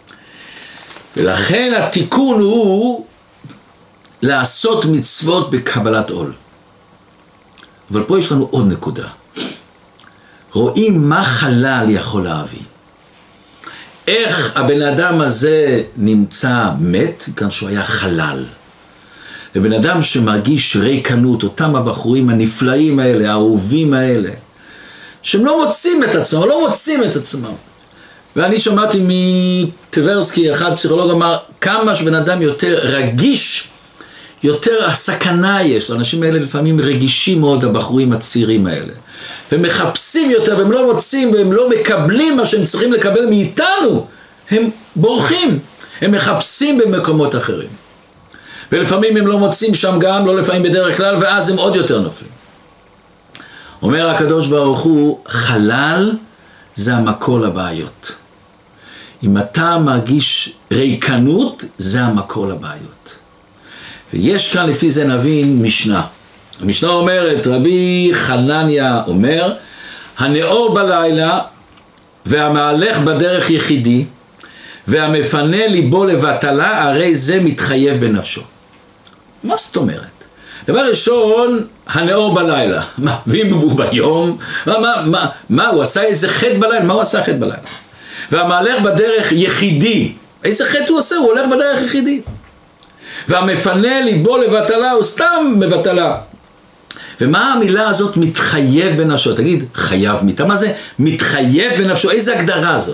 ולכן התיקון הוא לעשות מצוות בקבלת עול. אבל פה יש לנו עוד נקודה. רואים מה חלל יכול להביא. איך הבן אדם הזה נמצא מת, כאן שהוא היה חלל. לבן אדם שמרגיש ריקנות, אותם הבחורים הנפלאים האלה, האהובים האלה, שהם לא מוצאים את עצמם, לא מוצאים את עצמם. ואני שמעתי מטברסקי, אחד פסיכולוג אמר, כמה שבן אדם יותר רגיש, יותר הסכנה יש. לאנשים האלה לפעמים רגישים מאוד, הבחורים הצעירים האלה. הם מחפשים יותר, והם לא מוצאים, והם לא מקבלים מה שהם צריכים לקבל מאיתנו. הם בורחים, הם מחפשים במקומות אחרים. ולפעמים הם לא מוצאים שם גם, לא לפעמים בדרך כלל, ואז הם עוד יותר נופלים. אומר הקדוש ברוך הוא, חלל זה המקור לבעיות. אם אתה מרגיש ריקנות, זה המקור לבעיות. ויש כאן לפי זה נבין משנה. המשנה אומרת, רבי חנניה אומר, הנאור בלילה והמהלך בדרך יחידי, והמפנה ליבו לבטלה, הרי זה מתחייב בנפשו. מה זאת אומרת? דבר ראשון, הנאור בלילה. מה, ואם הוא ביום? מה, מה, מה, מה, הוא עשה איזה חטא בלילה? מה הוא עשה חטא בלילה? והמהלך בדרך יחידי. איזה חטא הוא עושה? הוא הולך בדרך יחידי. והמפנה ליבו לבטלה, הוא סתם מבטלה. ומה המילה הזאת מתחייב בנפשו? תגיד, חייב מיתה. מה זה מתחייב בנפשו? איזה הגדרה הזאת?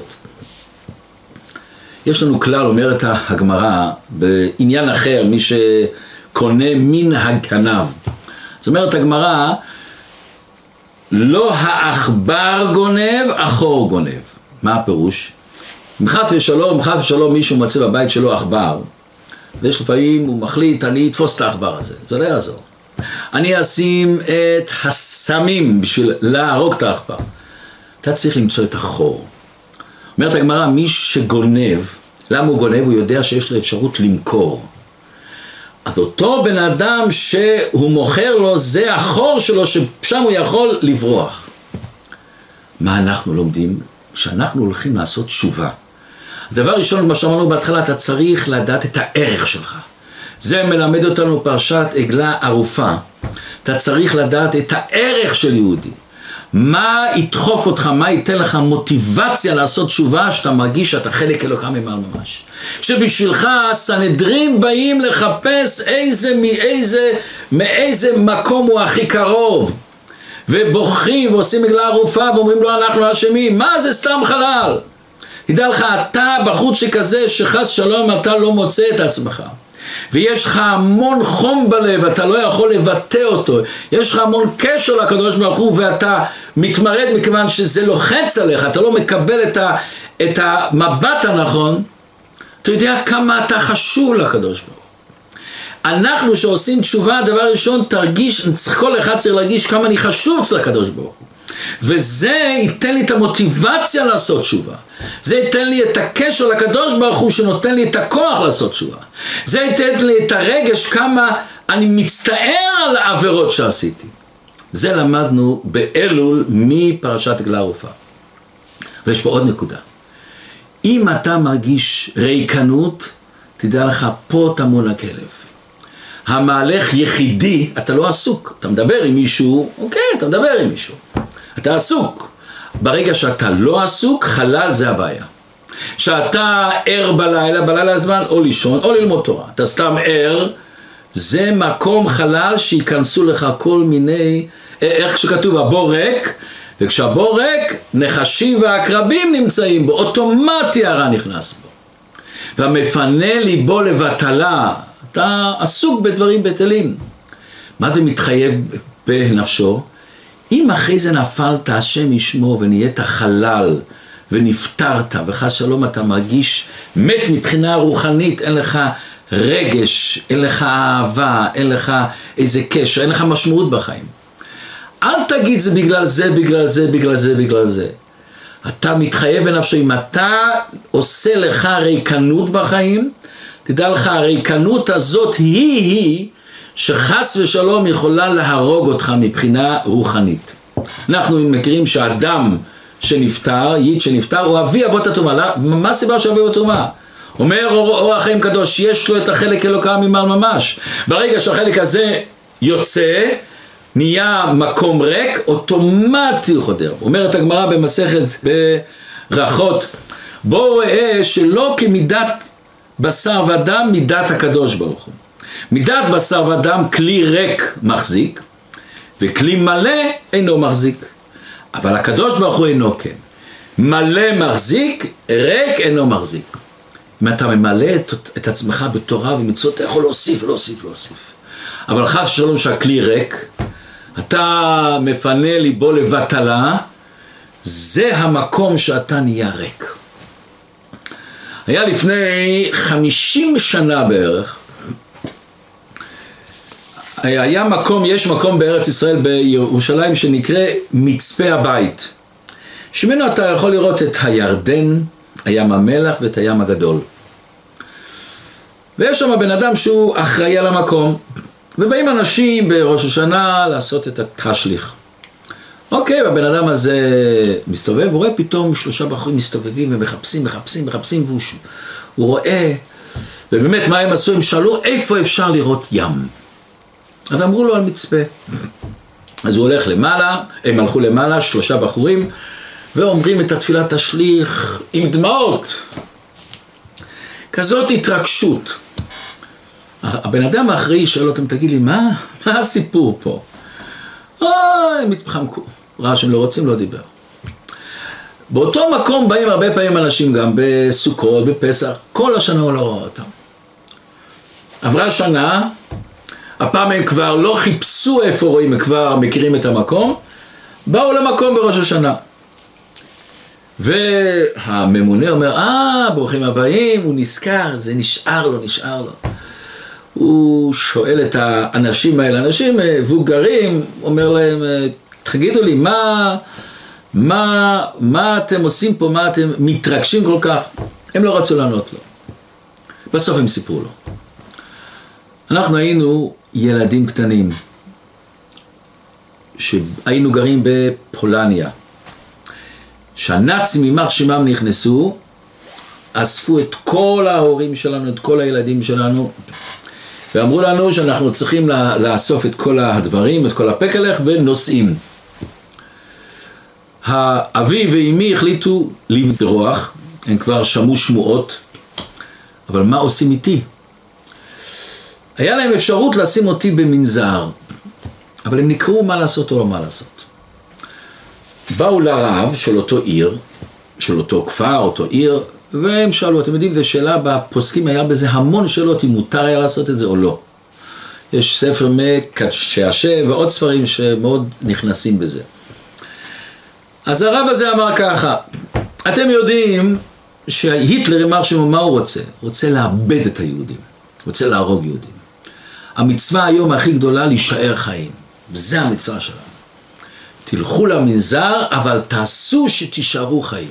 יש לנו כלל, אומרת הגמרא, בעניין אחר, מי שקונה מן הגנב. זאת אומרת הגמרא, לא העכבר גונב, אחור גונב. מה הפירוש? מחף ושלום, מחף ושלום מישהו מצא בבית שלו עכבר, ויש לפעמים הוא מחליט, אני אתפוס את העכבר הזה, זה לא יעזור. אני אשים את הסמים בשביל להרוג את העכבר. אתה צריך למצוא את החור. אומרת הגמרא, מי שגונב, למה הוא גונב? הוא יודע שיש לו אפשרות למכור. אז אותו בן אדם שהוא מוכר לו, זה החור שלו, ששם הוא יכול לברוח. מה אנחנו לומדים? כשאנחנו הולכים לעשות תשובה. הדבר ראשון, מה שאמרנו בהתחלה, אתה צריך לדעת את הערך שלך. זה מלמד אותנו פרשת עגלה ערופה. אתה צריך לדעת את הערך של יהודי. מה ידחוף אותך, מה ייתן לך מוטיבציה לעשות תשובה שאתה מרגיש שאתה חלק אלוקם ממעל ממש. שבשבילך סנהדרין באים לחפש איזה מאיזה, מאיזה מקום הוא הכי קרוב. ובוכים ועושים מגלה ערופה ואומרים לו אנחנו אשמים. מה זה סתם חלל? תדע לך, אתה בחוץ שכזה שחס שלום אתה לא מוצא את עצמך. ויש לך המון חום בלב, אתה לא יכול לבטא אותו. יש לך המון קשר לקדוש ברוך הוא ואתה מתמרד מכיוון שזה לוחץ עליך, אתה לא מקבל את, ה, את המבט הנכון. אתה יודע כמה אתה חשוב לקדוש ברוך הוא. אנחנו שעושים תשובה, דבר ראשון, תרגיש, כל אחד צריך להרגיש כמה אני חשוב אצל הקדוש ברוך הוא. וזה ייתן לי את המוטיבציה לעשות תשובה. זה ייתן לי את הקשר לקדוש ברוך הוא שנותן לי את הכוח לעשות תשובה. זה ייתן לי את הרגש כמה אני מצטער על העבירות שעשיתי. זה למדנו באלול מפרשת עגלה ערופה. ויש פה עוד נקודה. אם אתה מרגיש ריקנות, תדע לך פה טמון הכלב. המהלך יחידי, אתה לא עסוק. אתה מדבר עם מישהו, אוקיי, אתה מדבר עם מישהו. אתה עסוק. ברגע שאתה לא עסוק, חלל זה הבעיה. שאתה ער בלילה, בלילה הזמן, או לישון, או ללמוד תורה. אתה סתם ער, זה מקום חלל שיכנסו לך כל מיני, איך שכתוב, הבור ריק, וכשהבור ריק, נחשים והקרבים נמצאים בו, אוטומטי הרע נכנס בו. והמפנה ליבו לבטלה, אתה עסוק בדברים בטלים. מה זה מתחייב בנפשו? אם אחרי זה נפלת, השם ישמור ונהיית חלל ונפטרת וחס שלום אתה מרגיש מת מבחינה רוחנית, אין לך רגש, אין לך אהבה, אין לך איזה קשר, אין לך משמעות בחיים. אל תגיד זה בגלל זה, בגלל זה, בגלל זה, בגלל זה. אתה מתחייב בנפשו, אם אתה עושה לך ריקנות בחיים, תדע לך, הריקנות הזאת היא היא שחס ושלום יכולה להרוג אותך מבחינה רוחנית. אנחנו מכירים שאדם שנפטר, יד שנפטר, הוא אבי אבות התרומה. מה הסיבה שהוא אבי אבות התרומה? אומר אור, אור החיים קדוש, יש לו את החלק אלוקם ממעל ממש. ברגע שהחלק הזה יוצא, נהיה מקום ריק, אוטומטי הוא חודר. אומרת הגמרא במסכת ברכות, בוא רואה שלא כמידת בשר ודם מידת הקדוש ברוך הוא. מידת בשר ודם כלי ריק מחזיק, וכלי מלא אינו מחזיק. אבל הקדוש ברוך הוא אינו כן. מלא מחזיק, ריק אינו מחזיק. אם אתה ממלא את, את עצמך בתורה ומצוות, אתה יכול להוסיף, להוסיף, להוסיף. אבל חס ושלום שהכלי ריק, אתה מפנה ליבו לבטלה, זה המקום שאתה נהיה ריק. היה לפני חמישים שנה בערך, היה מקום, יש מקום בארץ ישראל בירושלים שנקרא מצפה הבית. שמנו אתה יכול לראות את הירדן, הים המלח ואת הים הגדול. ויש שם בן אדם שהוא אחראי על המקום. ובאים אנשים בראש השנה לעשות את התשליך. אוקיי, והבן אדם הזה מסתובב, הוא רואה פתאום שלושה בחורים מסתובבים ומחפשים, מחפשים, מחפשים, והוא הוא רואה, ובאמת מה הם עשו? הם שאלו איפה אפשר לראות ים. אז אמרו לו על מצפה. אז הוא הולך למעלה, הם הלכו למעלה, שלושה בחורים, ואומרים את התפילת תשליך עם דמעות. כזאת התרגשות. הבן אדם האחראי שואל אותם, תגיד לי, מה? מה הסיפור פה? אוי, הם התחמקו. ראה שהם לא רוצים, לא דיבר. באותו מקום באים הרבה פעמים אנשים, גם בסוכות, בפסח, כל השנה הוא לא רואה אותם. עברה שנה, הפעם הם כבר לא חיפשו איפה רואים, הם כבר מכירים את המקום, באו למקום בראש השנה. והממונה אומר, אה, ברוכים הבאים, הוא נזכר, זה נשאר לו, נשאר לו. הוא שואל את האנשים האלה, אנשים מבוגרים, אומר להם, תגידו לי, מה, מה, מה אתם עושים פה, מה אתם מתרגשים כל כך? הם לא רצו לענות לו. בסוף הם סיפרו לו. אנחנו היינו ילדים קטנים, שהיינו גרים בפולניה. שהנאצים ממח שמם נכנסו, אספו את כל ההורים שלנו, את כל הילדים שלנו, ואמרו לנו שאנחנו צריכים לאסוף את כל הדברים, את כל הפקלך, ונוסעים. האבי ואמי החליטו לברוח, הם כבר שמעו שמועות, אבל מה עושים איתי? היה להם אפשרות לשים אותי במנזר, אבל הם נקראו מה לעשות או לא מה לעשות. באו לרב של אותו עיר, של אותו כפר, אותו עיר, והם שאלו, אתם יודעים, זו שאלה בפוסקים, היה בזה המון שאלות אם מותר היה לעשות את זה או לא. יש ספר מקדשי ועוד ספרים שמאוד נכנסים בזה. אז הרב הזה אמר ככה, אתם יודעים שהיטלר אמר שמה מה הוא רוצה? הוא רוצה לאבד את היהודים, הוא רוצה להרוג יהודים. המצווה היום הכי גדולה להישאר חיים, זה המצווה שלנו. תלכו למנזר, אבל תעשו שתישארו חיים.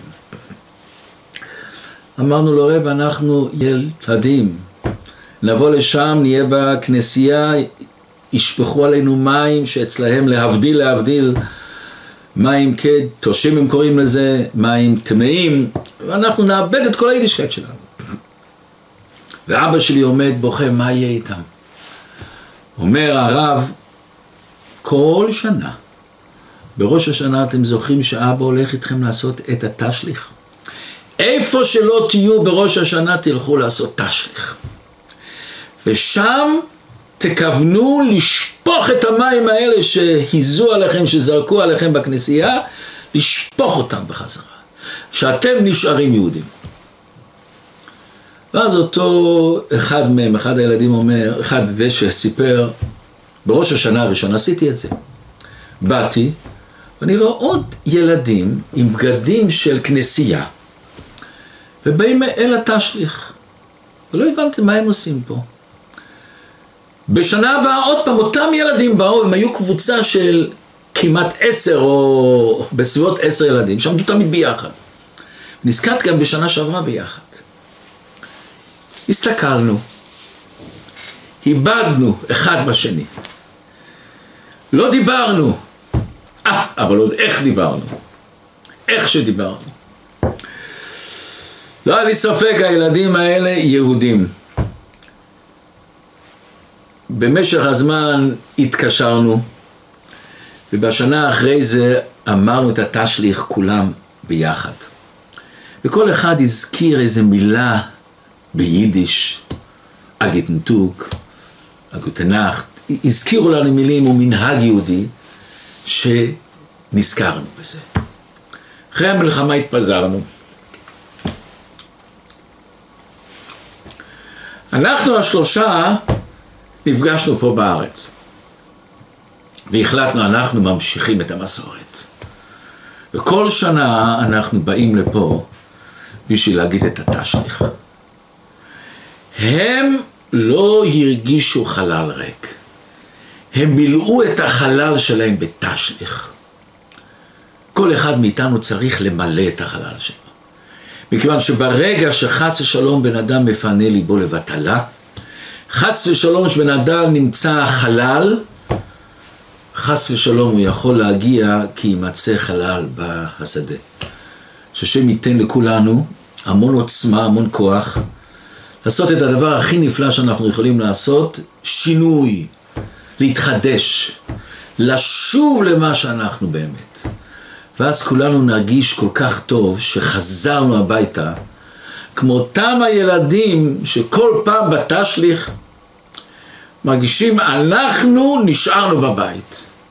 אמרנו לו, רב, אנחנו ילדים, נבוא לשם, נהיה בכנסייה, ישפכו עלינו מים שאצלהם להבדיל להבדיל, מים כתושים הם קוראים לזה, מים טמאים, ואנחנו נאבד את כל היידישקייט שלנו. ואבא שלי עומד בוכה, מה יהיה איתם? אומר הרב, כל שנה, בראש השנה אתם זוכרים שאבא הולך איתכם לעשות את התשליך? איפה שלא תהיו בראש השנה תלכו לעשות תשליך. ושם תכוונו לשפוך את המים האלה שהיזו עליכם, שזרקו עליכם בכנסייה, לשפוך אותם בחזרה. שאתם נשארים יהודים. ואז אותו אחד מהם, אחד הילדים אומר, אחד זה שסיפר, בראש השנה הראשונה עשיתי את זה. באתי, ואני רואה עוד ילדים עם בגדים של כנסייה, ובאים אל התשליך. ולא הבנתי מה הם עושים פה. בשנה הבאה עוד פעם אותם ילדים באו, הם היו קבוצה של כמעט עשר או בסביבות עשר ילדים, שעמדו תמיד ביחד. נזכרת גם בשנה שעברה ביחד. הסתכלנו, איבדנו אחד בשני. לא דיברנו, אה, אבל עוד איך דיברנו. איך שדיברנו. לא היה לי ספק, הילדים האלה יהודים. במשך הזמן התקשרנו, ובשנה אחרי זה אמרנו את התשליך כולם ביחד. וכל אחד הזכיר איזו מילה ביידיש, אגיטנטוק, אגוטנחט, הזכירו לנו מילים ומנהג יהודי שנזכרנו בזה. אחרי המלחמה התפזרנו. אנחנו השלושה נפגשנו פה בארץ, והחלטנו אנחנו ממשיכים את המסורת. וכל שנה אנחנו באים לפה בשביל להגיד את התשליך. הם לא הרגישו חלל ריק. הם מילאו את החלל שלהם בתשליך. כל אחד מאיתנו צריך למלא את החלל שלו. מכיוון שברגע שחס ושלום בן אדם מפנה ליבו לבטלה, חס ושלום שבן אדם נמצא חלל, חס ושלום הוא יכול להגיע כי יימצא חלל בשדה. ששם ייתן לכולנו המון עוצמה, המון כוח, לעשות את הדבר הכי נפלא שאנחנו יכולים לעשות, שינוי, להתחדש, לשוב למה שאנחנו באמת. ואז כולנו נרגיש כל כך טוב שחזרנו הביתה, כמו אותם הילדים שכל פעם בתשליך מרגישים אנחנו נשארנו בבית.